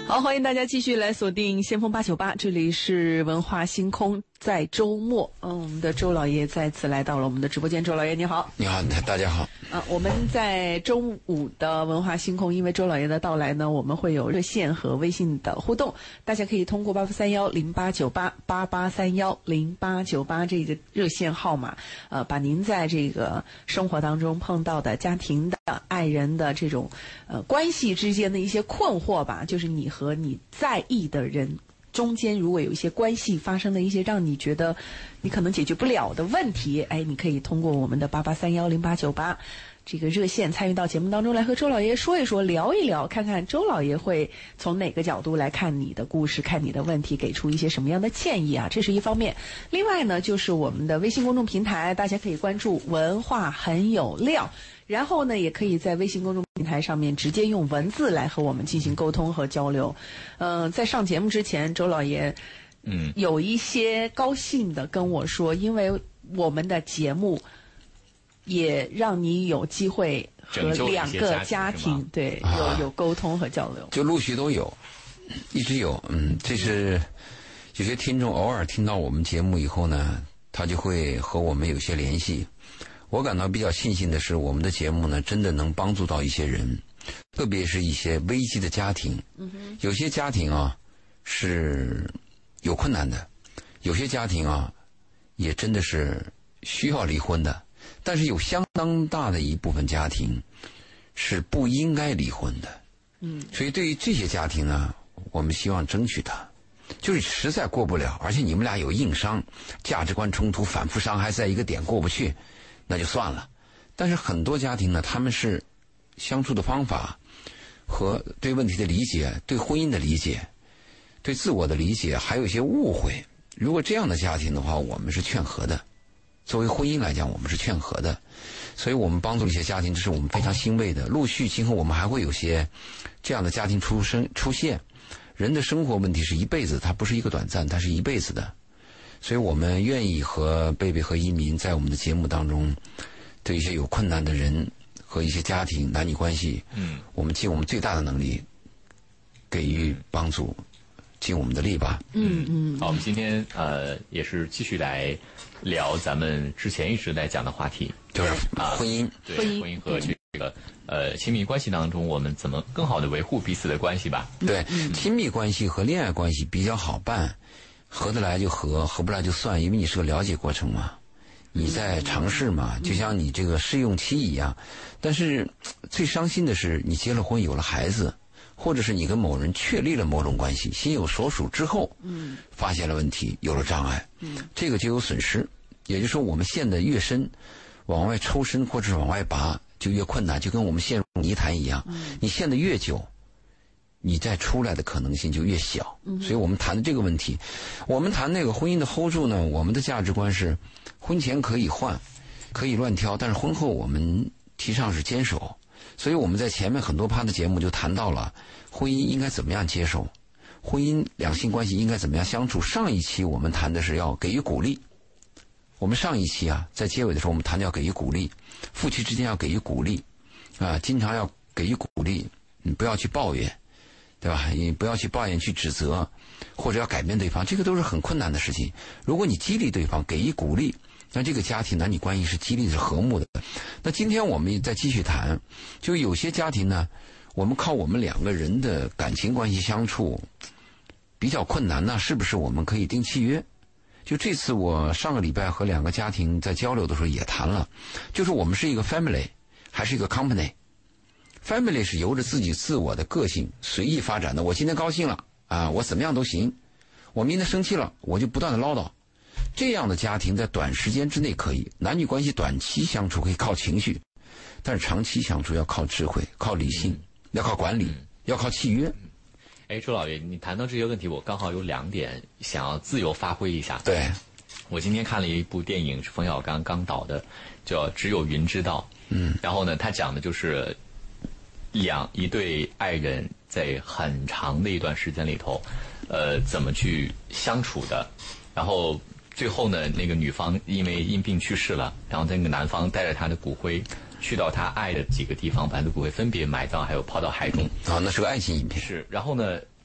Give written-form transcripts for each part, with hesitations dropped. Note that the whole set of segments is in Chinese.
好，欢迎大家继续来锁定先锋898，这里是文化星空。在周末，我们的周老爷再次来到了我们的直播间。周老爷你好。 你好，大家好。 我们在周五的文化星空，因为周老爷的到来呢，我们会有热线和微信的互动，大家可以通过8831089888310898这个热线号码，把您在这个生活当中碰到的家庭的爱人的这种关系之间的一些困惑吧，就是你和你在意的人中间如果有一些关系发生了一些让你觉得你可能解决不了的问题，你可以通过我们的88310898这个热线参与到节目当中来，和周老爷说一说，聊一聊，看看周老爷会从哪个角度来看你的故事，看你的问题，给出一些什么样的建议啊，这是一方面。另外呢，就是我们的微信公众平台，大家可以关注文化很有料，然后呢，也可以在微信公众平台上面直接用文字来和我们进行沟通和交流。在上节目之前，周老爷有一些高兴的跟我说，因为我们的节目也让你有机会和两个家庭对有沟通和交流， 就陆续都有，一直有。这是有些听众偶尔听到我们节目以后呢，他就会和我们有些联系。我感到比较庆幸的是，我们的节目呢，真的能帮助到一些人，特别是一些危机的家庭。有些家庭啊是有困难的，有些家庭啊也真的是需要离婚的，但是有相当大的一部分家庭是不应该离婚的。所以对于这些家庭呢，我们希望争取它。就是实在过不了，而且你们俩有硬伤，价值观冲突，反复伤害在一个点过不去，那就算了。但是很多家庭呢，他们是相处的方法和对问题的理解，对婚姻的理解，对自我的理解，还有一些误会。如果这样的家庭的话，我们是劝和的。作为婚姻来讲，我们是劝和的，所以我们帮助一些家庭，这是我们非常欣慰的。陆续今后我们还会有些这样的家庭出现。人的生活问题是一辈子，它不是一个短暂，它是一辈子的。所以我们愿意和贝贝和一民在我们的节目当中，对一些有困难的人和一些家庭男女关系，我们尽我们最大的能力给予帮助，尽我们的力吧。 好，我们今天也是继续来聊咱们之前一直在讲的话题， 就是婚姻， 对婚姻和这个亲密关系当中，我们怎么更好的维护彼此的关系吧？ 对，亲密关系和恋爱关系比较好办，合得来就合，合不来就算，因为你是个了解过程嘛，你在尝试嘛，就像你这个试用期一样。但是最伤心的是，你结了婚有了孩子，或者是你跟某人确立了某种关系，心有所属之后，发现了问题，有了障碍，这个就有损失。也就是说，我们陷得越深，往外抽身或者是往外拔就越困难，就跟我们陷入泥潭一样。你陷得越久，你再出来的可能性就越小。所以我们谈的这个问题，我们谈那个婚姻的 hold 住呢，我们的价值观是婚前可以换，可以乱挑，但是婚后我们提倡是坚守。所以我们在前面很多趴的节目就谈到了婚姻应该怎么样接受，婚姻两性关系应该怎么样相处。上一期我们谈的是要给予鼓励，我们上一期在结尾的时候我们谈到要给予鼓励，夫妻之间要给予鼓励经常要给予鼓励，你不要去抱怨，对吧？你不要去抱怨去指责，或者要改变对方，这个都是很困难的事情。如果你激励对方，给予鼓励，那这个家庭男女关系是激励是和睦的。那今天我们再继续谈，就有些家庭呢，我们靠我们两个人的感情关系相处比较困难呢，是不是我们可以定契约？就这次我上个礼拜和两个家庭在交流的时候也谈了，就是我们是一个 family 还是一个 company。family 是由着自己自我的个性随意发展的，我今天高兴了我怎么样都行，我明天生气了我就不断的唠叨。这样的家庭在短时间之内可以，男女关系短期相处可以靠情绪，但是长期相处要靠智慧，靠理性，要靠管理，要靠契约。 周老爷，你谈到这些问题，我刚好有2点想要自由发挥一下。 对， 我今天看了一部电影，是冯小刚刚导的，叫《只有云知道》。然后呢，他讲的就是一对爱人在很长的一段时间里头，怎么去相处的。然后最后呢，那个女方因为因病去世了，然后那个男方带着他的骨灰去到他爱的几个地方，把他的骨灰分别埋葬，还有抛到海中。 那是个爱情影片。 是，然后呢，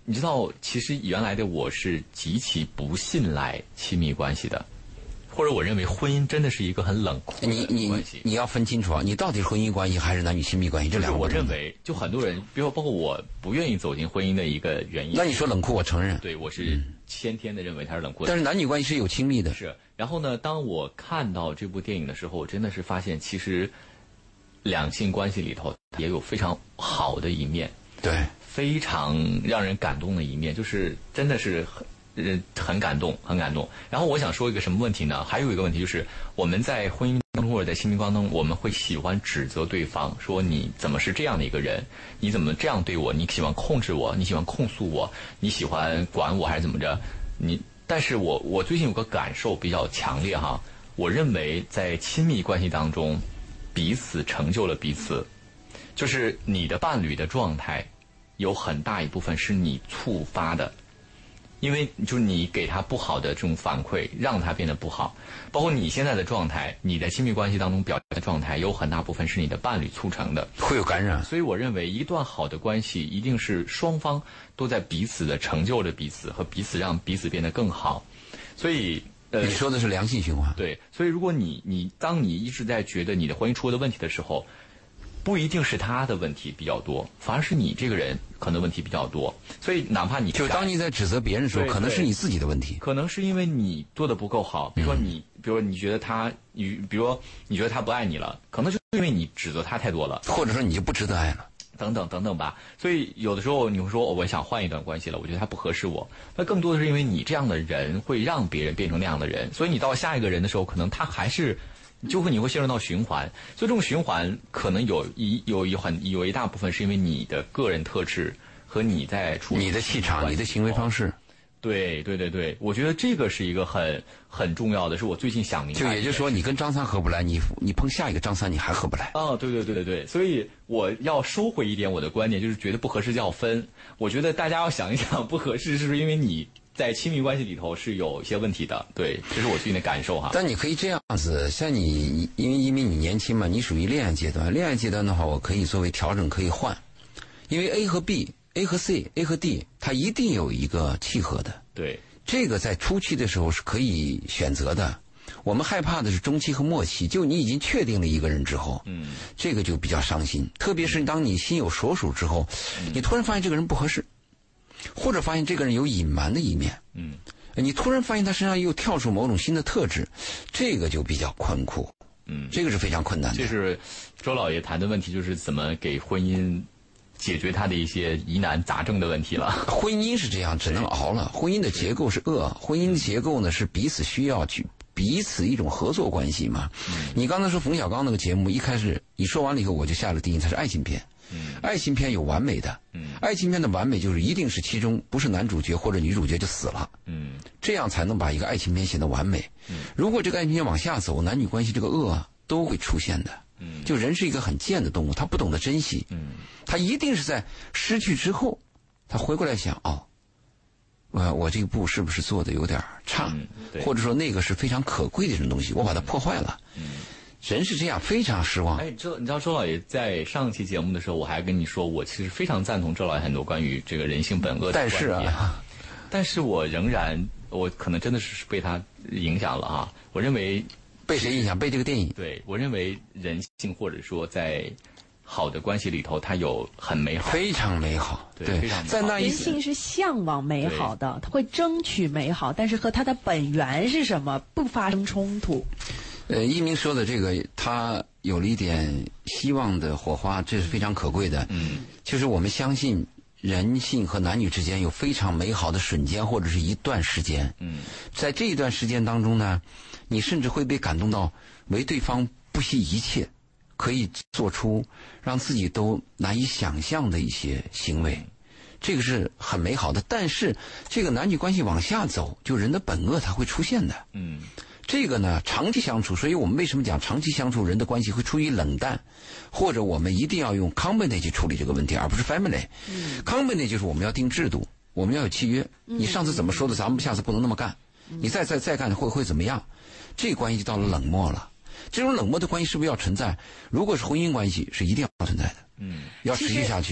你知道，其实原来的我是极其不信赖亲密关系的，或者我认为婚姻真的是一个很冷酷的关系。 你要分清楚啊，你到底是婚姻关系还是男女亲密关系？这两个我认为，就很多人，比如说包括我不愿意走进婚姻的一个原因。 那你说冷酷，我承认。 对，我是先天的认为它是冷酷的。 但是男女关系是有亲密的。 是。然后呢，当我看到这部电影的时候，我真的是发现，其实两性关系里头也有非常好的一面。 对。非常让人感动的一面，就是真的是很感动，很感动。然后我想说一个什么问题呢？还有一个问题就是，我们在婚姻当中或者在亲密关系当中，我们会喜欢指责对方，说你怎么是这样的一个人？你怎么这样对我？你喜欢控制我？你喜欢控诉我？你喜欢管我还是怎么着？但是我最近有个感受比较强烈哈，我认为在亲密关系当中，彼此成就了彼此，就是你的伴侣的状态。有很大一部分是你触发的，因为就是你给他不好的这种反馈，让他变得不好。包括你现在的状态，你在亲密关系当中表现的状态，有很大部分是你的伴侣促成的， 会有感染。 所以我认为，一段好的关系一定是双方都在彼此的成就着彼此，和彼此让彼此变得更好。所以， 你说的是良性循环。 对，所以如果当你一直在觉得你的婚姻出了问题的时候，不一定是他的问题比较多，反而是你这个人可能问题比较多。所以哪怕你就当你在指责别人的时候，可能是你自己的问题， 可能是因为你做的不够好。比如说你觉得比如说你觉得他不爱你了，可能就是因为你指责他太多了， 或者说你就不值得爱了， 等等等等吧。所以有的时候你会说，我想换一段关系了，我觉得他不合适我。那更多的是因为你这样的人会让别人变成那样的人，所以你到下一个人的时候，可能他还是。你会陷入到循环，所以这种循环可能有一大部分是因为你的个人特质和你在处理你的气场、你的行为方式。 对，我觉得这个是一个很重要的，是我最近想明白。 就也就是说，你跟张三合不来，你碰下一个张三，你还合不来。 哦，对，所以我要收回一点我的观点，就是觉得不合适就要分。我觉得大家要想一想，不合适是不是因为你在亲密关系里头是有一些问题的？对，这是我最近的感受哈。 但你可以这样子，像你，因为你年轻嘛，你属于恋爱阶段。恋爱阶段的话，我可以作为调整，可以换，因为 A 和 B、A 和 C、A 和 D， 它一定有一个契合的。 对， 这个在初期的时候是可以选择的。我们害怕的是中期和末期，就你已经确定了一个人之后，这个就比较伤心。特别是当你心有所属之后，你突然发现这个人不合适。或者发现这个人有隐瞒的一面，你突然发现他身上又跳出某种新的特质，这个就比较困苦，这个是非常困难的。 这是周老爷谈的问题，就是怎么给婚姻解决他的一些疑难杂症的问题了。 婚姻是这样，只能熬了。婚姻的结构是恶，婚姻的结构呢是彼此需要去彼此一种合作关系嘛。你刚才说冯小刚那个节目，一开始你说完了以后，我就下了定义，它是爱情片。爱情片有完美的，爱情片的完美就是一定是其中不是男主角或者女主角就死了，这样才能把一个爱情片显得完美。如果这个爱情片往下走，男女关系这个恶都会出现的。就人是一个很贱的动物，他不懂得珍惜，他一定是在失去之后，他回过来想，我这一步是不是做的有点差，或者说那个是非常可贵的一种东西，我把它破坏了。人是这样，非常失望。 你知道周老爷在上期节目的时候，我还跟你说，我其实非常赞同周老爷很多关于这个人性本恶的观点。但是我仍然，我可能真的是被他影响了啊。我认为被谁影响？被这个电影。 对，我认为人性或者说在好的关系里头，它有很美好， 非常美好。 对，非常美好。 在那人性是向往美好的，他会争取美好，但是和他的本源是什么不发生冲突。 一鸣说的这个，他有了一点希望的火花，这是非常可贵的。就是我们相信人性和男女之间有非常美好的瞬间，或者是一段时间。在这一段时间当中呢，你甚至会被感动到为对方不惜一切，可以做出让自己都难以想象的一些行为。这个是很美好的。但是这个男女关系往下走，就人的本恶它会出现的。这个呢，长期相处，所以我们为什么讲长期相处人的关系会处于冷淡，或者我们一定要用 company 去处理这个问题，而不是 family。company 就是我们要定制度，我们要有契约。你上次怎么说的，咱们下次不能那么干。你再干会怎么样？这关系就到了冷漠了。这种冷漠的关系是不是要存在？如果是婚姻关系，是一定要存在的。要持续下去。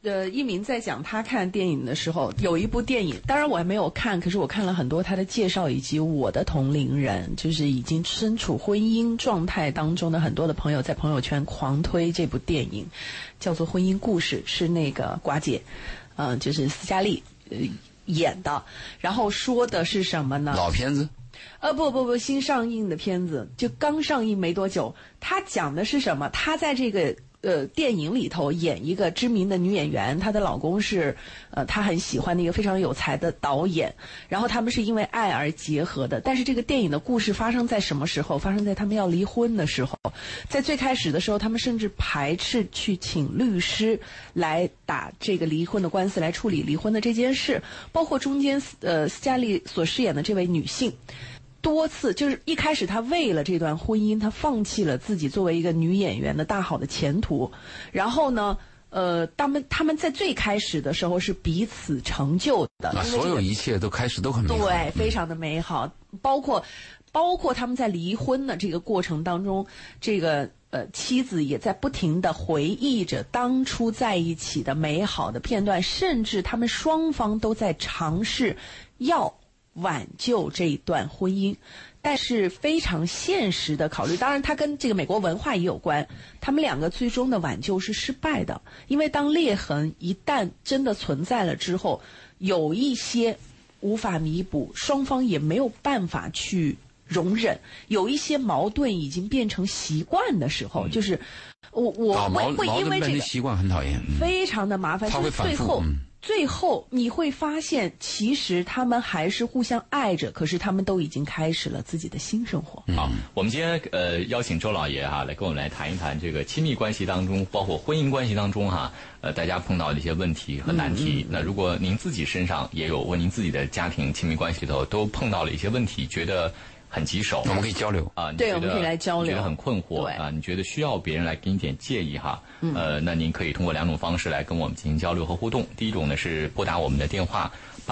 一鸣在讲他看电影的时候，有一部电影，当然我还没有看，可是我看了很多他的介绍，以及我的同龄人，就是已经身处婚姻状态当中的很多的朋友在朋友圈狂推这部电影，叫做《婚姻故事》，是那个寡姐，就是斯嘉丽演的，然后说的是什么呢？ 老片子。 不，新上映的片子，就刚上映没多久。他讲的是什么？他在这个电影里头演一个知名的女演员，她的老公是她很喜欢的一个非常有才的导演，然后他们是因为爱而结合的。但是这个电影的故事发生在什么时候？发生在他们要离婚的时候。在最开始的时候，他们甚至排斥去请律师来打这个离婚的官司，来处理离婚的这件事。包括中间斯嘉丽所饰演的这位女性，多次就是一开始她为了这段婚姻，她放弃了自己作为一个女演员的大好的前途。然后呢，他们在最开始的时候是彼此成就的， 所有一切都开始都很美好， 对，非常的美好。包括他们在离婚的这个过程当中，这个妻子也在不停地回忆着当初在一起的美好的片段，甚至他们双方都在尝试要挽救这一段婚姻。但是非常现实的考虑，当然它跟这个美国文化也有关，他们两个最终的挽救是失败的。因为当裂痕一旦真的存在了之后，有一些无法弥补，双方也没有办法去容忍，有一些矛盾已经变成习惯的时候，就是我会因为这个习惯很讨厌， 非常的麻烦， 他会反复。 最后你会发现，其实他们还是互相爱着，可是他们都已经开始了自己的新生活。 好，我们今天邀请周老爷来跟我们来谈一谈这个亲密关系当中，包括婚姻关系当中大家碰到的一些问题和难题。那如果您自己身上也有，或您自己的家庭亲密关系里头都碰到了一些问题，觉得很棘手， 我们可以交流对，我们可以来交流。 你觉得很困惑你觉得需要别人来给你点建议那您可以通过两种方式来跟我们进行交流和互动。第一种呢是拨打我们的电话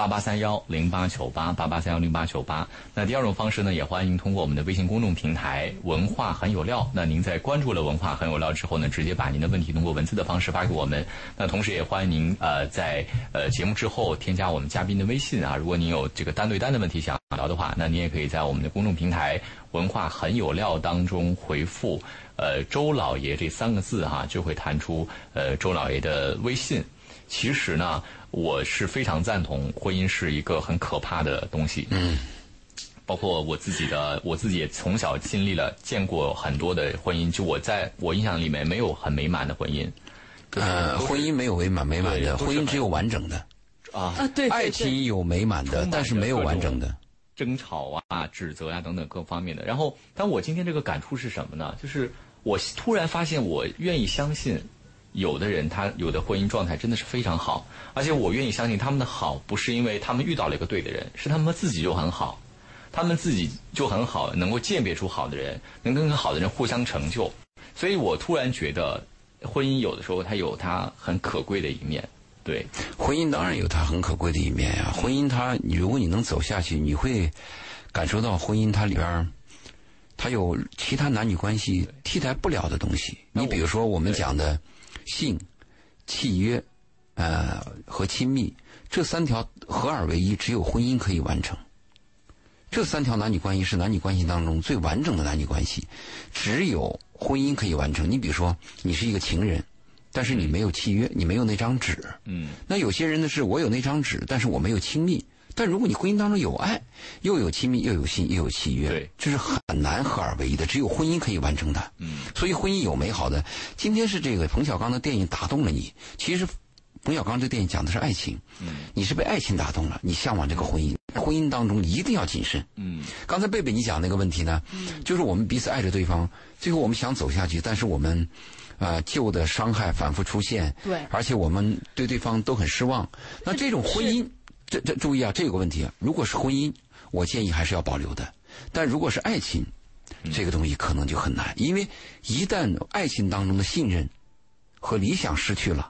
8831089888310898。那第二种方式呢，也欢迎通过我们的微信公众平台文化很有料。那您在关注了文化很有料之后呢，直接把您的问题通过文字的方式发给我们。那同时也欢迎您在节目之后添加我们嘉宾的微信如果您有这个单对单的问题想聊的话，那您也可以在我们的公众平台文化很有料当中回复周老爷这3个字就会弹出周老爷的微信。其实呢，我是非常赞同婚姻是一个很可怕的东西。包括我自己也从小经历了见过很多的婚姻，就我印象里面没有很美满的婚姻。 婚姻没有美满的，婚姻只有完整的对， 爱情有美满的，但是没有完整的。 争吵指责等等各方面的。然后但我今天这个感触是什么呢？就是我突然发现我愿意相信有的人他有的婚姻状态真的是非常好，而且我愿意相信他们的好不是因为他们遇到了一个对的人，是他们自己就很好，他们自己就很好，能够鉴别出好的人，能跟好的人互相成就。所以我突然觉得婚姻有的时候它有它很可贵的一面。对， 婚姻当然有它很可贵的一面呀。婚姻如果你能走下去，你会感受到婚姻它里边它有其他男女关系替代不了的东西。你比如说我们讲的性、契约和亲密，这3条合二为一，只有婚姻可以完成。这3条男女关系是男女关系当中最完整的男女关系，只有婚姻可以完成。你比如说你是一个情人，但是你没有契约，你没有那张纸。那有些人呢是我有那张纸，但是我没有亲密。但如果你婚姻当中有爱，又有亲密，又有信，又有契约，这是很难合二为一的，只有婚姻可以完成的。所以婚姻有美好的。今天是这个冯小刚的电影打动了你，其实冯小刚这电影讲的是爱情，你是被爱情打动了，你向往这个婚姻，婚姻当中一定要谨慎。刚才贝贝你讲那个问题呢，就是我们彼此爱着对方，最后我们想走下去，但是我们旧的伤害反复出现， 对， 而且我们对对方都很失望。那这种婚姻，这注意这有个问题如果是婚姻，我建议还是要保留的。但如果是爱情，这个东西可能就很难，因为一旦爱情当中的信任和理想失去了，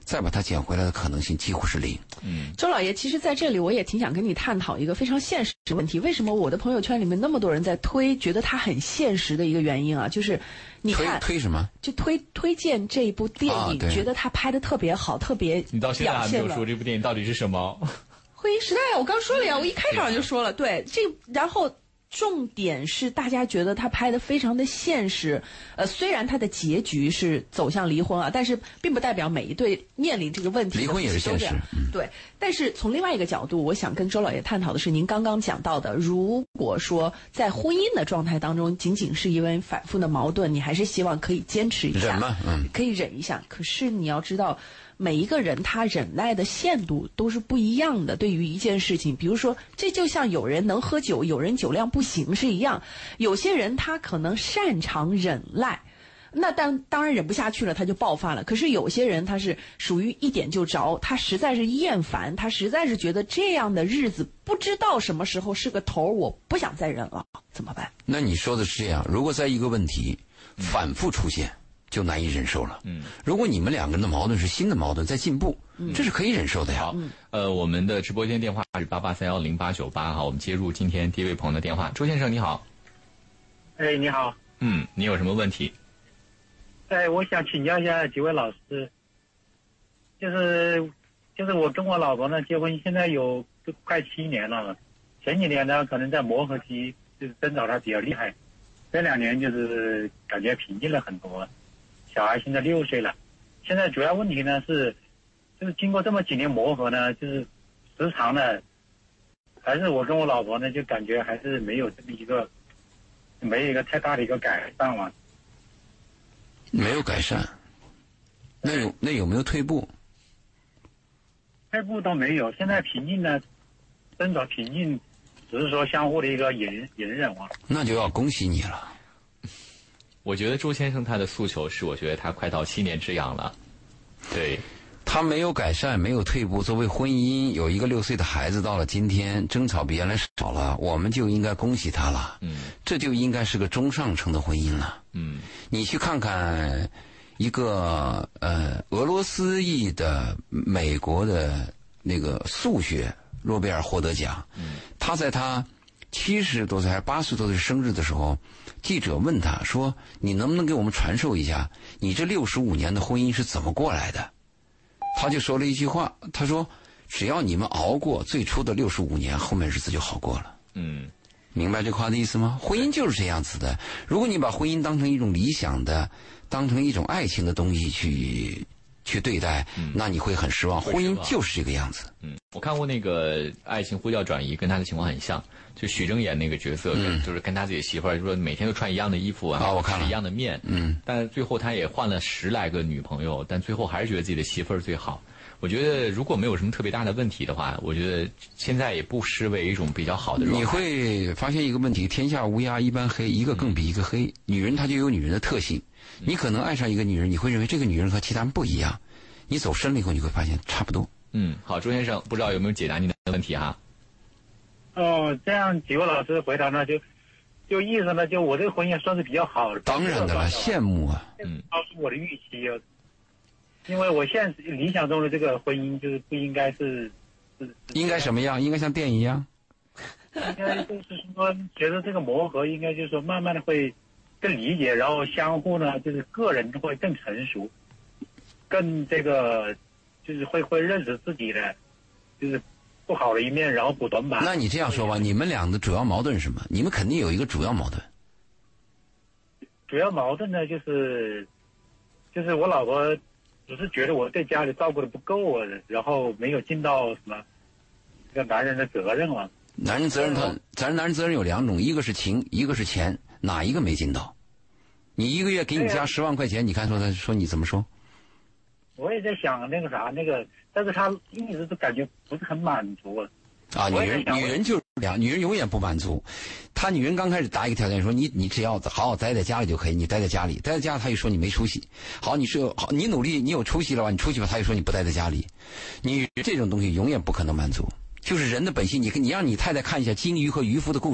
再把它捡回来的可能性几乎是零。 周老爷，其实在这里我也挺想跟你探讨一个非常现实的问题，为什么我的朋友圈里面那么多人在推，觉得它很现实的一个原因啊，就是你看推什么？ 就推荐这一部电影，觉得他拍的特别好，特别你到现在还没有说这部电影到底是什么？ 婚姻时代，我刚说了呀，我一开场就说了，对这，然后重点是大家觉得他拍的非常的现实，虽然他的结局是走向离婚啊，但是并不代表每一对面临这个问题离婚也是现实， 对。但是从另外一个角度，我想跟周老爷探讨的是，您刚刚讲到的，如果说在婚姻的状态当中，仅仅是因为反复的矛盾，你还是希望可以坚持一下， 忍嘛， 可以忍一下。可是你要知道，每一个人他忍耐的限度都是不一样的。对于一件事情，比如说，这就像有人能喝酒，有人酒量不行是一样。有些人他可能擅长忍耐，那当然忍不下去了，他就爆发了。可是有些人他是属于一点就着，他实在是厌烦，他实在是觉得这样的日子不知道什么时候是个头，我不想再忍了，怎么办？ 那你说的是这样，如果在一个问题反复出现，就难以忍受了。如果你们两个人的矛盾是新的矛盾在进步，这是可以忍受的呀。 好，我们的直播间电话是88310898，好，我们接入今天第一位朋友的电话。周先生你好。 哎，你好。 你有什么问题？ 我想请教一下几位老师，就是我跟我老婆呢结婚现在有快7年了，前几年呢可能在磨合期，就是争吵他比较厉害，这2年就是感觉平静了很多。小孩现在6岁了，现在主要问题呢就是经过这么几年磨合呢，就是时常呢，还是我跟我老婆呢就感觉还是没有一个太大的一个改善嘛。 没有改善，那有没有退步？ 退步都没有，现在平静呢，争吵平静，只是说相互的一个隐忍嘛。 那就要恭喜你了。 我觉得周先生他的诉求是，我觉得他快到7年之痒了，对。 他没有改善，没有退步。作为婚姻，有一个6岁的孩子，到了今天争吵比原来少了，我们就应该恭喜他了。这就应该是个中上乘的婚姻了。你去看看一个俄罗斯裔的美国的那个数学诺贝尔获得奖，他在他70多岁还是80多岁生日的时候，记者问他说：“你能不能给我们传授一下你这65年的婚姻是怎么过来的？”他就说了一句话，他说：“只要你们熬过最初的65年，后面日子就好过了。”明白这话的意思吗？婚姻就是这样子的。如果你把婚姻当成一种理想的，当成一种爱情的东西去对待，那你会很失望。婚姻就是这个样子。 我看过那个《爱情呼叫转移》，跟他的情况很像。就许峥演那个角色，就是跟他自己媳妇儿，就说每天都穿一样的衣服啊， 我看了吃一样的面。但最后他也换了10来个女朋友，但最后还是觉得自己的媳妇儿最好。我觉得如果没有什么特别大的问题的话，我觉得现在也不失为一种比较好的状态。 你会发现一个问题：天下乌鸦一般黑，一个更比一个黑。女人她就有女人的特性，你可能爱上一个女人，你会认为这个女人和其他人不一样，你走深了以后你会发现差不多。 好，周先生，不知道有没有解答您的问题哈？ 这样几位老师回答呢，就意思呢，就我这个婚姻算是比较好的。 当然的了，羡慕啊。 超出我的预期哦。因为我现在理想中的这个婚姻就是不应该是应该什么样？应该像电影一样。 应该就是说，觉得这个磨合应该就是说，慢慢的会更理解，然后相互呢，就是个人会更成熟，更这个就是会认识自己的就是不好的一面，然后补短板。 那你这样说吧，你们俩的主要矛盾是什么？你们肯定有一个主要矛盾。 主要矛盾呢，就是我老婆只是觉得我对家里照顾的不够啊，然后没有尽到什么这个男人的责任嘛。 男人责任男人责任有2种，一个是情，一个是钱，哪一个没尽到？你1个月给你家10万块钱，你看说你怎么说？ 我也在想那个，但是他一直都感觉不是很满足啊。 女人就是这样，女人永远不满足。女人刚开始答一个条件说你只要好好待在家里就可以，你待在家里，待在家里他就说你没出息。好，你努力，你有出息了吧？你出去吧，他就说你不待在家里。女人这种东西永远不可能满足，就是人的本性。你让你太太看一下金鱼和渔夫的故事，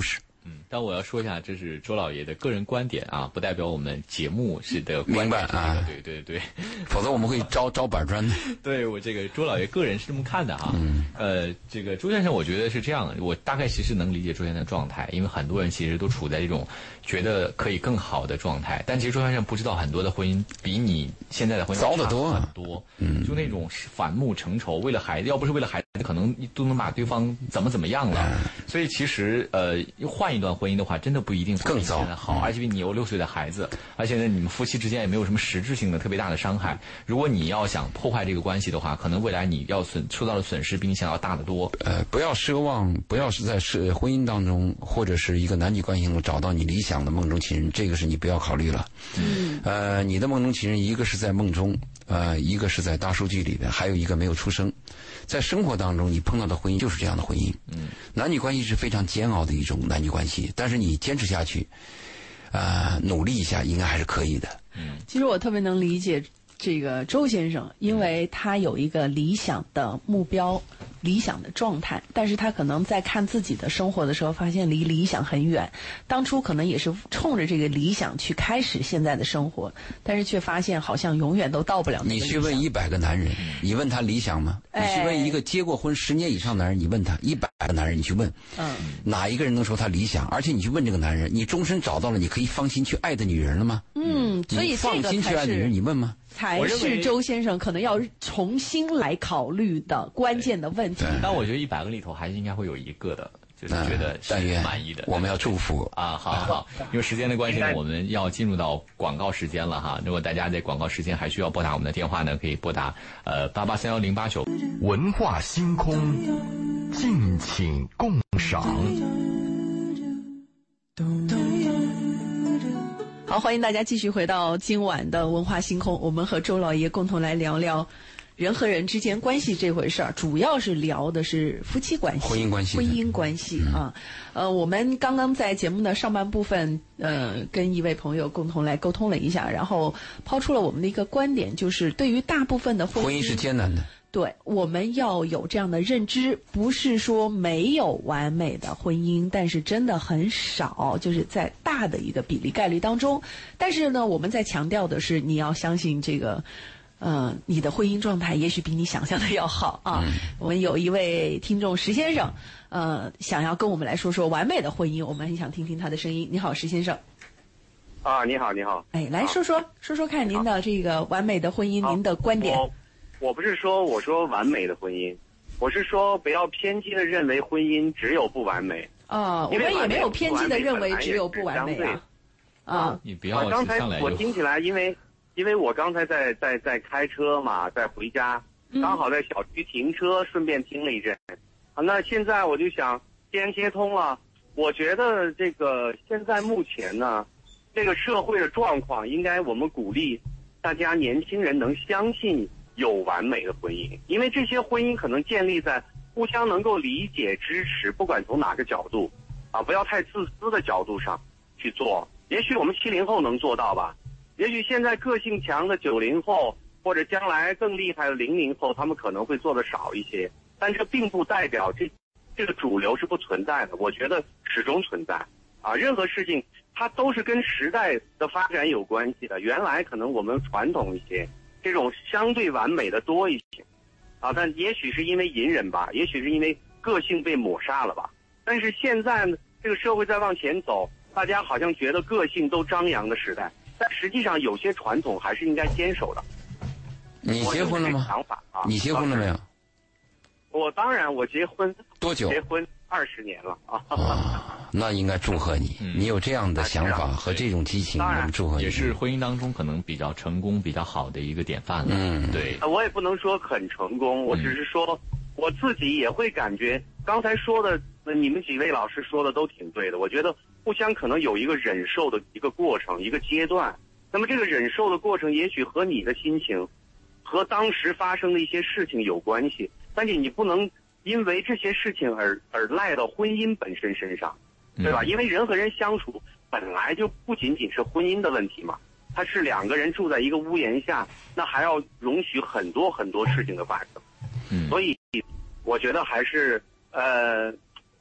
但我要说一下，这是周老爷的个人观点啊，不代表我们节目是的观点。明白啊？对， 否则我们会招板砖的。 对，我这个周老爷个人是这么看的哈。这个周先生，我觉得是这样的，我大概其实能理解周先生的状态，因为很多人其实都处在这种觉得可以更好的状态，但其实周先生不知道很多的婚姻比你现在的婚姻糟得多很多。就那种反目成仇，为了孩子，要不是为了孩子，可能都能把对方怎么样了。所以其实换一段婚姻的话，真的不一定更糟好，而且你有6岁的孩子，而且呢，你们夫妻之间也没有什么实质性的特别大的伤害。如果你要想破坏这个关系的话，可能未来你要受到的损失比你想要大得多。 不要奢望，不要是在婚姻当中或者是一个男女关系中找到你理想的梦中情人，这个是你不要考虑了。你的梦中情人一个是在梦中，一个是在大数据里边，还有一个没有出生。在生活当中，你碰到的婚姻就是这样的婚姻。男女关系是非常煎熬的一种男女关系，但是你坚持下去，努力一下，应该还是可以的。 其实我特别能理解这个周先生，因为他有一个理想的目标、理想的状态，但是他可能在看自己的生活的时候，发现离理想很远。当初可能也是冲着这个理想去开始现在的生活，但是却发现好像永远都到不了那个理想。 你去问100个男人，你问他理想吗？你去问一个结过婚10年以上的男人，你问他100个男人，你去问，哪一个人能说他理想？而且你去问这个男人，你终身找到了你可以放心去爱的女人了吗？ 所以你放心去爱的女人，你问吗？ 才是周先生可能要重新来考虑的关键的问题。 但我觉得100个里头还是应该会有一个的，就是觉得是满意的。 我们要祝福啊！好，因为时间的关系呢，我们要进入到广告时间了哈。如果大家在广告时间还需要拨打我们的电话呢，可以拨打88311089。 文化星空，敬请共赏。 好，欢迎大家继续回到今晚的文化星空，我们和周老爷共同来聊聊人和人之间关系这回事儿，主要是聊的是夫妻关系、 婚姻关系啊。我们刚刚在节目的上半部分，跟一位朋友共同来沟通了一下，然后抛出了我们的一个观点，就是对于大部分的婚姻是艰难的。 对，我们要有这样的认知，不是说没有完美的婚姻，但是真的很少，就是在大的一个比例概率当中。但是呢，我们在强调的是，你要相信这个，你的婚姻状态也许比你想象的要好啊。我们有一位听众石先生，想要跟我们来说说完美的婚姻，我们很想听听他的声音。你好，石先生。 啊，你好。 哎，来说说看您的这个完美的婚姻，您的观点。 我不是说我说完美的婚姻，我是说不要偏激的认为婚姻只有不完美。 我们也没有偏激的认为只有不完美啊。 你不要刚才我听起来，因为我刚才在开车嘛，在回家，刚好在小区停车，顺便听了一阵。那现在我就想，既然接通了，我觉得这个现在目前呢，这个社会的状况，应该我们鼓励大家年轻人能相信有完美的婚姻，因为这些婚姻可能建立在互相能够理解、支持，不管从哪个角度，不要太自私的角度上去做。也许我们70后能做到吧，也许现在个性强的90后，或者将来更厉害的00后，他们可能会做的少一些，但这并不代表这个主流是不存在的，我觉得始终存在。任何事情它都是跟时代的发展有关系的。原来可能我们传统一些，这种相对完美的多一些，但也许是因为隐忍吧，也许是因为个性被抹杀了吧。但是现在呢，这个社会在往前走，大家好像觉得个性都张扬的时代，但实际上有些传统还是应该坚守的。 你结婚了吗？ 想法啊， 你结婚了没有？ 我结婚多久？ 结婚20年了那应该祝贺你，你有这样的想法和这种激情，我们祝贺你。 也是婚姻当中可能比较成功、比较好的一个典范了。对。 我也不能说很成功，我只是说我自己也会感觉，刚才说的你们几位老师说的都挺对的。我觉得互相可能有一个忍受的一个过程、一个阶段。那么这个忍受的过程，也许和你的心情、和当时发生的一些事情有关系，但是你不能因为这些事情而赖到婚姻本身身上，对吧？因为人和人相处本来就不仅仅是婚姻的问题嘛，它是2个人住在一个屋檐下，那还要容许很多很多事情的发生。所以我觉得还是互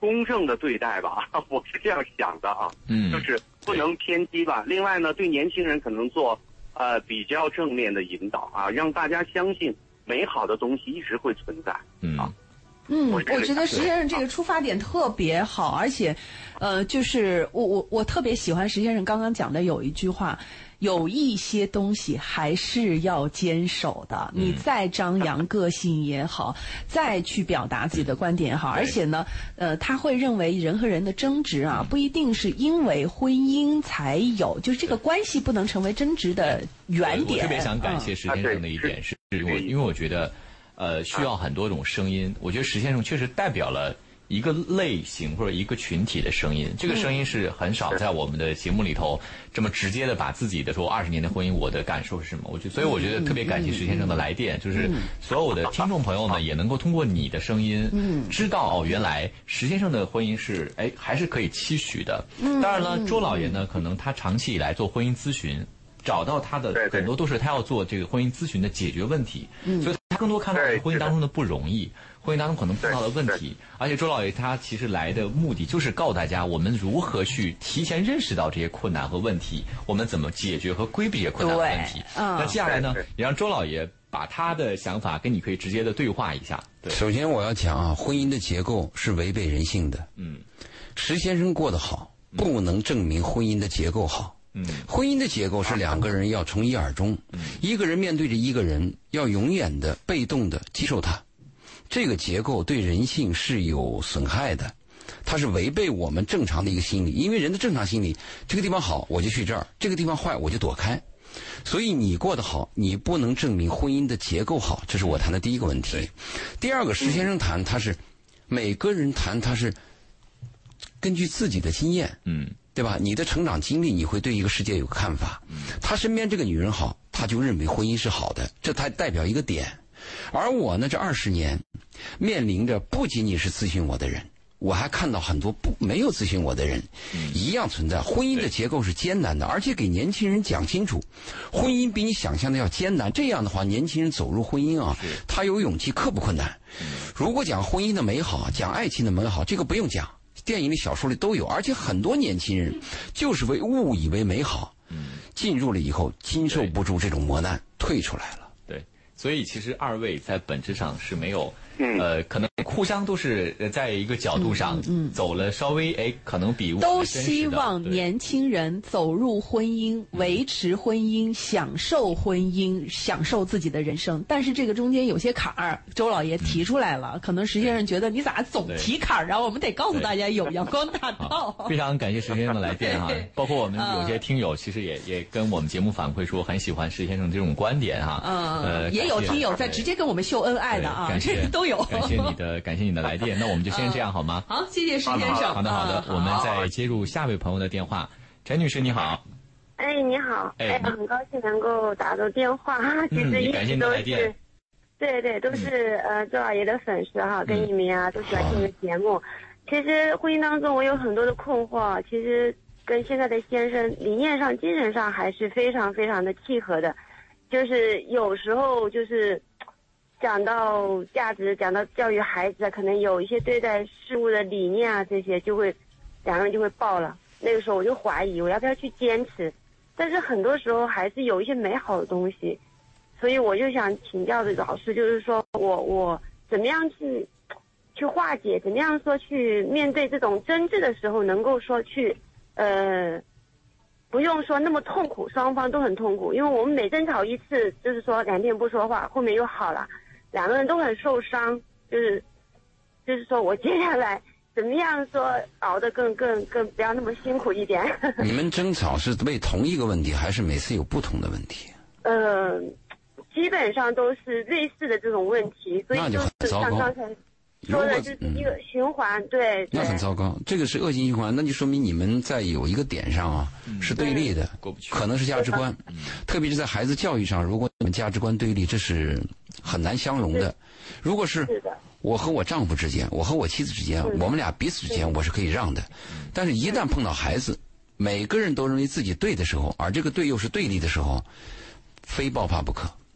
公正的对待吧，我是这样想的啊，就是不能偏激吧。另外呢，对年轻人可能做比较正面的引导啊，让大家相信美好的东西一直会存在。 我觉得石先生这个出发点特别好，而且，就是我特别喜欢石先生刚刚讲的有一句话，有一些东西还是要坚守的。你再张扬个性也好，再去表达自己的观点也好，而且呢，他会认为人和人的争执啊，不一定是因为婚姻才有，就是这个关系不能成为争执的原点。 我特别想感谢石先生的一点是，因为我觉得。需要很多种声音。我觉得石先生确实代表了一个类型或者一个群体的声音。这个声音是很少在我们的节目里头这么直接的把自己的说20年的婚姻我的感受是什么。所以我觉得特别感谢石先生的来电，就是所有的听众朋友呢也能够通过你的声音，知道原来石先生的婚姻是还是可以期许的。当然了，周老爷呢可能他长期以来做婚姻咨询。找到他的很多都是他要做这个婚姻咨询的解决问题，所以他更多看到婚姻当中的不容易，婚姻当中可能碰到的问题。而且周老爷他其实来的目的就是告诉大家，我们如何去提前认识到这些困难和问题，我们怎么解决和规避这些困难和问题。那接下来呢，也让周老爷把他的想法跟你可以直接的对话一下。 首先我要讲啊，婚姻的结构是违背人性的。石先生过得好，不能证明婚姻的结构好。婚姻的结构是两个人要从一而终，一个人面对着一个人，要永远的被动的接受他。这个结构对人性是有损害的，它是违背我们正常的一个心理。因为人的正常心理，这个地方好我就去这儿，这个地方坏我就躲开。所以你过得好，你不能证明婚姻的结构好，这是我谈的第一个问题。第二个，石先生谈他是每个人谈他是根据自己的经验，对吧？你的成长经历，你会对一个世界有个看法。他身边这个女人好，他就认为婚姻是好的，这他代表一个点。而我呢，这20年面临着不仅仅是咨询我的人，我还看到很多没有咨询我的人一样存在。婚姻的结构是艰难的，而且给年轻人讲清楚，婚姻比你想象的要艰难。这样的话，年轻人走入婚姻啊，他有勇气克服困难。如果讲婚姻的美好，讲爱情的美好，这个不用讲。电影里、小说里都有，而且很多年轻人就是误以为美好，进入了以后经受不住这种磨难，退出来了。 对，所以其实二位在本质上是没有，可能互相都是在一个角度上走了稍微可能比我都希望年轻人走入婚姻，维持婚姻，享受婚姻，享受自己的人生。但是这个中间有些坎儿，周老爷提出来了，可能石先生觉得你咋总提坎儿啊？我们得告诉大家有阳光大道。 非常感谢石先生的来电哈，包括我们有些听友其实也跟我们节目反馈说很喜欢石先生这种观点哈。 也有听友在直接跟我们秀恩爱的啊，这都有。 感谢你的来电，那我们就先这样好吗？ 好，谢谢石先生。 好的，我们再接入下位朋友的电话。陈女士你好。 你好。很高兴能够打到电话。其实一直都是，对，都是周老爷的粉丝哈，跟你们呀都喜欢听你的节目。其实婚姻当中我有很多的困惑，其实跟现在的先生理念上、精神上还是非常非常的契合的，就是有时候就是讲到价值，讲到教育孩子，可能有一些对待事物的理念啊，这些就会两个人就会爆了。那个时候我就怀疑我要不要去坚持，但是很多时候还是有一些美好的东西，所以我就想请教的老师，就是说我怎么样去化解，怎么样说去面对这种争执的时候，能够说去不用说那么痛苦，双方都很痛苦，因为我们每争吵一次，就是说2天不说话，后面又好了，两个人都很受伤，就是说我接下来怎么样说熬得更不要那么辛苦一点。 你们争吵是为同一个问题，还是每次有不同的问题？ 基本上都是类似的这种问题，所以就是像刚才说的就是一个循环。对， 那很糟糕，这个是恶性循环，那就说明你们在有一个点上啊是对立的， 过不去， 可能是价值观，特别是在孩子教育上，如果你们价值观对立，这是很难相容的。如果是我和我丈夫之间，我和我妻子之间，我们俩彼此之间我是可以让的，但是一旦碰到孩子，每个人都认为自己对的时候，而这个对又是对立的时候，非爆发不可。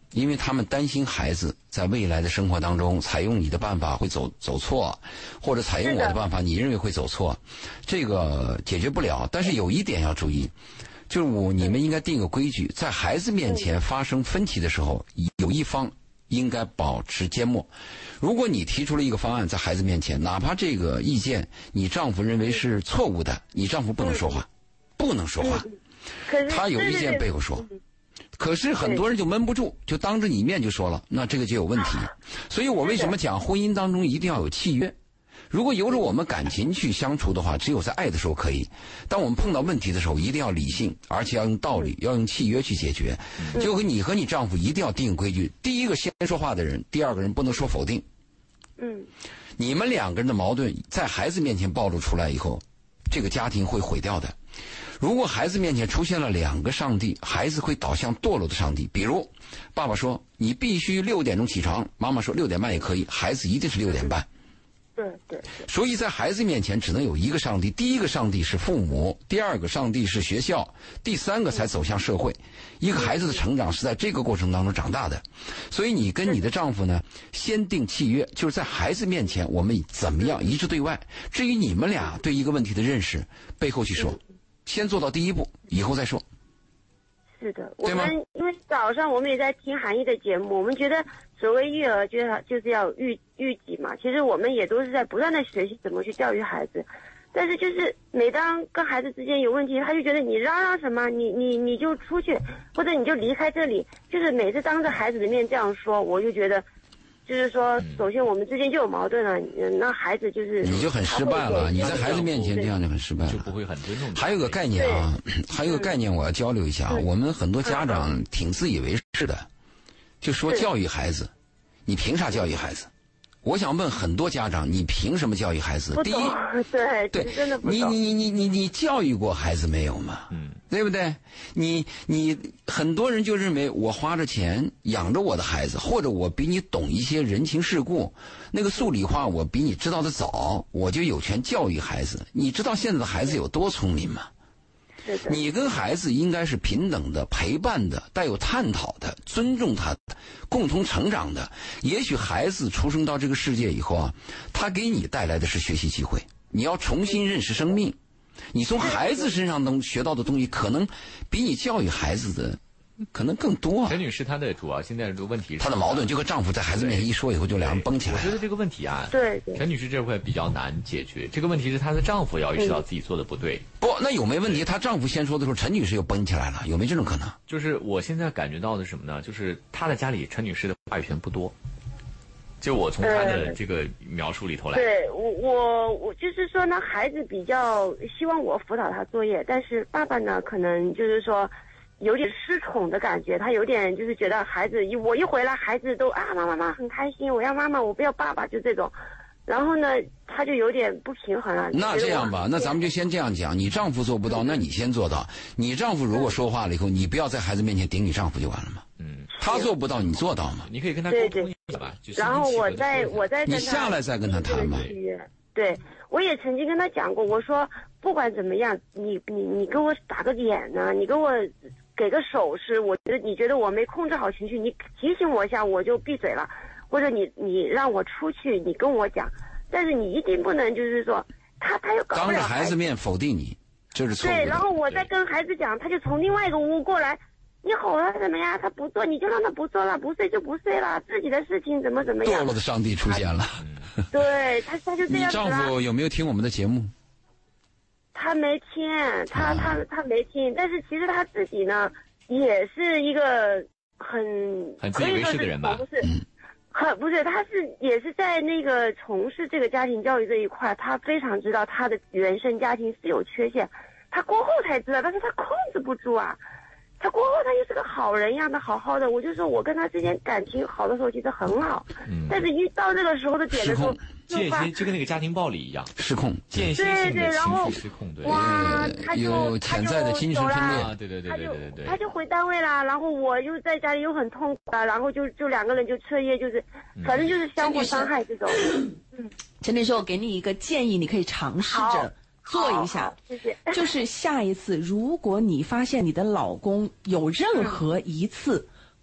因为他们担心孩子在未来的生活当中采用你的办法会走错，或者采用我的办法你认为会走错，这个解决不了。但是有一点要注意，就是你们应该定个规矩，在孩子面前发生分歧的时候，有一方应该保持缄默。如果你提出了一个方案在孩子面前，哪怕这个意见你丈夫认为是错误的，你丈夫不能说话，不能说话。他有意见背后说。可是很多人就闷不住，就当着你面就说了，那这个就有问题。所以我为什么讲婚姻当中一定要有契约？如果由着我们感情去相处的话，只有在爱的时候可以。当我们碰到问题的时候，一定要理性，而且要用道理，要用契约去解决。就和你和你丈夫一定要定规矩，第一个先说话的人，第二个人不能说否定。你们两个人的矛盾在孩子面前暴露出来以后，这个家庭会毁掉的。如果孩子面前出现了两个上帝，孩子会导向堕落的上帝。比如爸爸说你必须6点钟起床，妈妈说6点半也可以，孩子一定是6点半。 对。 所以在孩子面前只能有一个上帝，第一个上帝是父母，第二个上帝是学校，第三个才走向社会。一个孩子的成长是在这个过程当中长大的。所以你跟你的丈夫呢，先定契约，就是在孩子面前我们怎么样一致对外，至于你们俩对一个问题的认识，背后去说，先做到第一步，以后再说。 是的，我们因为早上我们也在听韩毅的节目，我们觉得所谓育儿就是要育己嘛。其实我们也都是在不断的学习怎么去教育孩子，但是就是每当跟孩子之间有问题，他就觉得你嚷嚷什么，你就出去，或者你就离开这里，就是每次当着孩子的面这样说，我就觉得。就是说，首先我们之间就有矛盾了，那孩子就是你就很失败了。你在孩子面前这样就很失败了， 就不会很尊重。 还有个概念啊，还有个概念我要交流一下。我们很多家长挺自以为是的，就说教育孩子，你凭啥教育孩子？我想问很多家长，你凭什么教育孩子？第一，对， 真的不懂。 你教育过孩子没有嘛？对不对？你很多人就认为我花着钱养着我的孩子，或者我比你懂一些人情世故，那个数理化我比你知道的早，我就有权教育孩子。你知道现在的孩子有多聪明吗？你跟孩子应该是平等的、陪伴的、带有探讨的、尊重他的、共同成长的。也许孩子出生到这个世界以后啊，他给你带来的是学习机会，你要重新认识生命。你从孩子身上能学到的东西，可能比你教育孩子的可能更多啊。 陈女士她的主要现在的问题是她的矛盾就和丈夫在孩子面前一说以后就两人崩起来了。 我觉得这个问题啊， 对， 陈女士这块比较难解决。这个问题是她的丈夫要意识到自己做的不对。 不，那有没问题？她丈夫先说的时候，陈女士又崩起来了，有没有这种可能？ 就是我现在感觉到的是什么呢？就是她的家里陈女士的话语权不多。就我从她的这个描述里头来， 对我就是说呢，孩子比较希望我辅导他作业，但是爸爸呢，可能就是说有点失宠的感觉，他有点就是觉得孩子我一回来，孩子都啊妈很开心，我要妈妈，我不要爸爸，就这种。然后呢，他就有点不平衡了。 那这样吧，那咱们就先这样讲，你丈夫做不到，那你先做到。你丈夫如果说话了以后，你不要在孩子面前顶你丈夫就完了嘛。他做不到，你做到嘛？ 你可以跟他沟通一下吧。 然后我再跟他， 你下来再跟他谈嘛。 对，我也曾经跟他讲过，我说不管怎么样，你给我打个眼呢，你给我给个手势，我觉得你觉得我没控制好情绪，你提醒我一下，我就闭嘴了。或者你让我出去，你跟我讲，但是你一定不能就是说他又搞不了。 当着孩子面否定你，这是错误的。 对，然后我再跟孩子讲，他就从另外一个屋过来，你吼他怎么样？他不做，你就让他不做了，不睡就不睡了，自己的事情怎么样？ 堕落的上帝出现了。 对，他就这样子了。 你丈夫有没有听我们的节目？ 他没听，他没听，但是其实他自己呢，也是一个很自以为是的人吧？ 不是。不是，他也是在那个从事这个家庭教育这一块，他非常知道他的原生家庭是有缺陷，他过后才知道，但是他控制不住啊。他过后他又是个好人一样的好好的，我就说我跟他之间感情好的时候其实很好，但是遇到这个时候的点的时候， 间歇就跟那个家庭暴力一样， 失控， 间歇性的情绪失控，对， 哇，他有潜在的精神分裂，对， 他就回单位啦，然后我又在家里又很痛苦啊，然后就两个人就彻夜就是，反正就是相互伤害这种。 陈女士，我给你一个建议，你可以尝试着做一下， 谢谢。 就是下一次，如果你发现你的老公有任何一次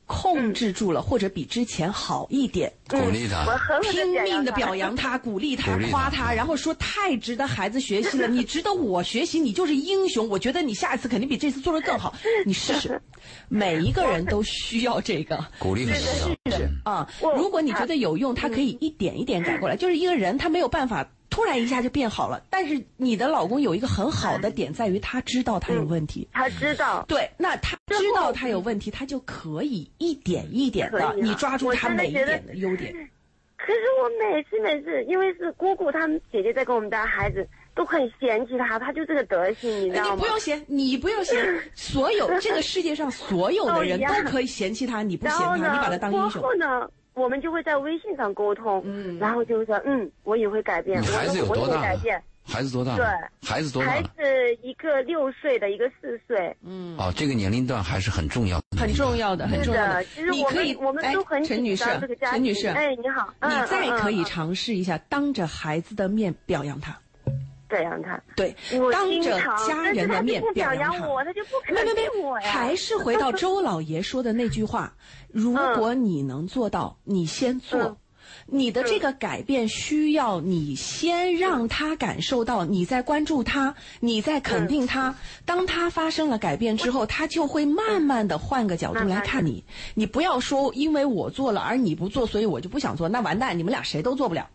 控制住了，或者比之前好一点， 鼓励他， 拼命的表扬他，鼓励他，夸他，然后说太值得孩子学习了，你值得我学习，你就是英雄，我觉得你下一次肯定比这次做得更好，你试试。每一个人都需要这个鼓励很重要，是啊。如果你觉得有用，他可以一点一点改过来。就是一个人他没有办法突然一下就变好了，但是你的老公有一个很好的点在于他知道他有问题， 他知道， 对，那他知道他有问题，他就可以一点一点的，你抓住他每一点的优点。 可是我每次，因为是姑姑他们姐姐在跟我们家孩子。都很嫌弃他，他就这个德行，你知道吗？ 你不用嫌，所有这个世界上所有的人都可以嫌弃他，你不嫌他，你把他当英雄。 然后呢，我们就会在微信上沟通，然后就说，我也会改变。 你孩子有多大？孩子多大？ 对， 孩子多大？ 孩子一个6岁的，一个4岁。 哦，这个年龄段还是很重要的， 很重要的，很重要的。 其实我们都很陈女士， 陈女士，哎，你好， 你再可以尝试一下，当着孩子的面表扬他。 表扬他， 对，当着家人的面表扬他， 他就不肯定我呀。 还是回到周老爷说的那句话：如果你能做到，你先做。你的这个改变需要你先让他感受到你在关注他，你在肯定他。当他发生了改变之后，他就会慢慢的换个角度来看你。你不要说因为我做了而你不做，所以我就不想做，那完蛋，你们俩谁都做不了。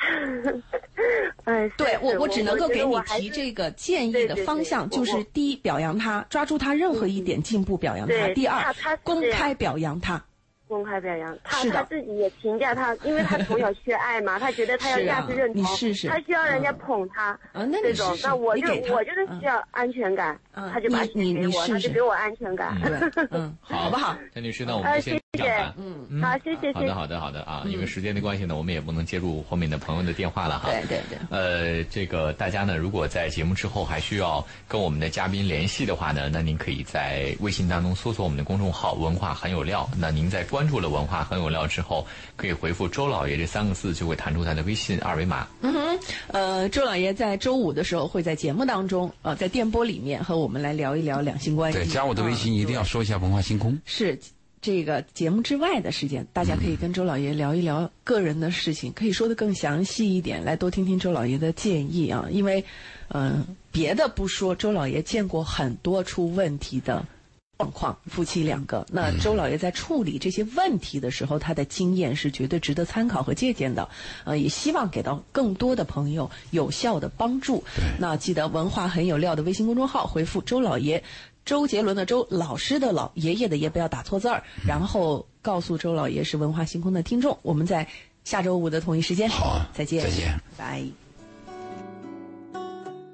对，我只能够给你提这个建议的方向，就是第一，表扬他，抓住他任何一点进步表扬他；第二，公开表扬他。 公开表扬他自己也评价他，因为他从小缺爱嘛，他觉得他要价值认同，他需要人家捧他，这种，那我就是需要安全感，他就把钱给我，他就给我安全感， 好不好？ 陈女士，那我们就先这样吧。 好，谢谢。 好的啊，因为时间的关系呢，我们也不能接入后面的朋友的电话了哈。 对。 这个大家呢，如果在节目之后还需要跟我们的嘉宾联系的话呢，那您可以在微信当中搜索我们的公众号“文化很有料”。那您在关注了“文化很有料”之后，可以回复“周老爷”这3个字，就会弹出他的微信二维码。 周老爷在周5的时候会在节目当中，在电波里面和我们来聊一聊两性关系。 对，加我的微信一定要说一下文化星空。 是。这个节目之外的时间，大家可以跟周老爷聊一聊个人的事情，可以说得更详细一点，来多听听周老爷的建议啊。因为，别的不说，周老爷见过很多出问题的状况，夫妻2个。那周老爷在处理这些问题的时候，他的经验是绝对值得参考和借鉴的。也希望给到更多的朋友有效的帮助。那记得文化很有料的微信公众号回复周老爷。周杰伦的周，老师的老，爷爷的爷，不要打错字儿。然后告诉周老爷是文化星空的听众。我们在下周5的同一时间， 好， 再见， 再见， 拜。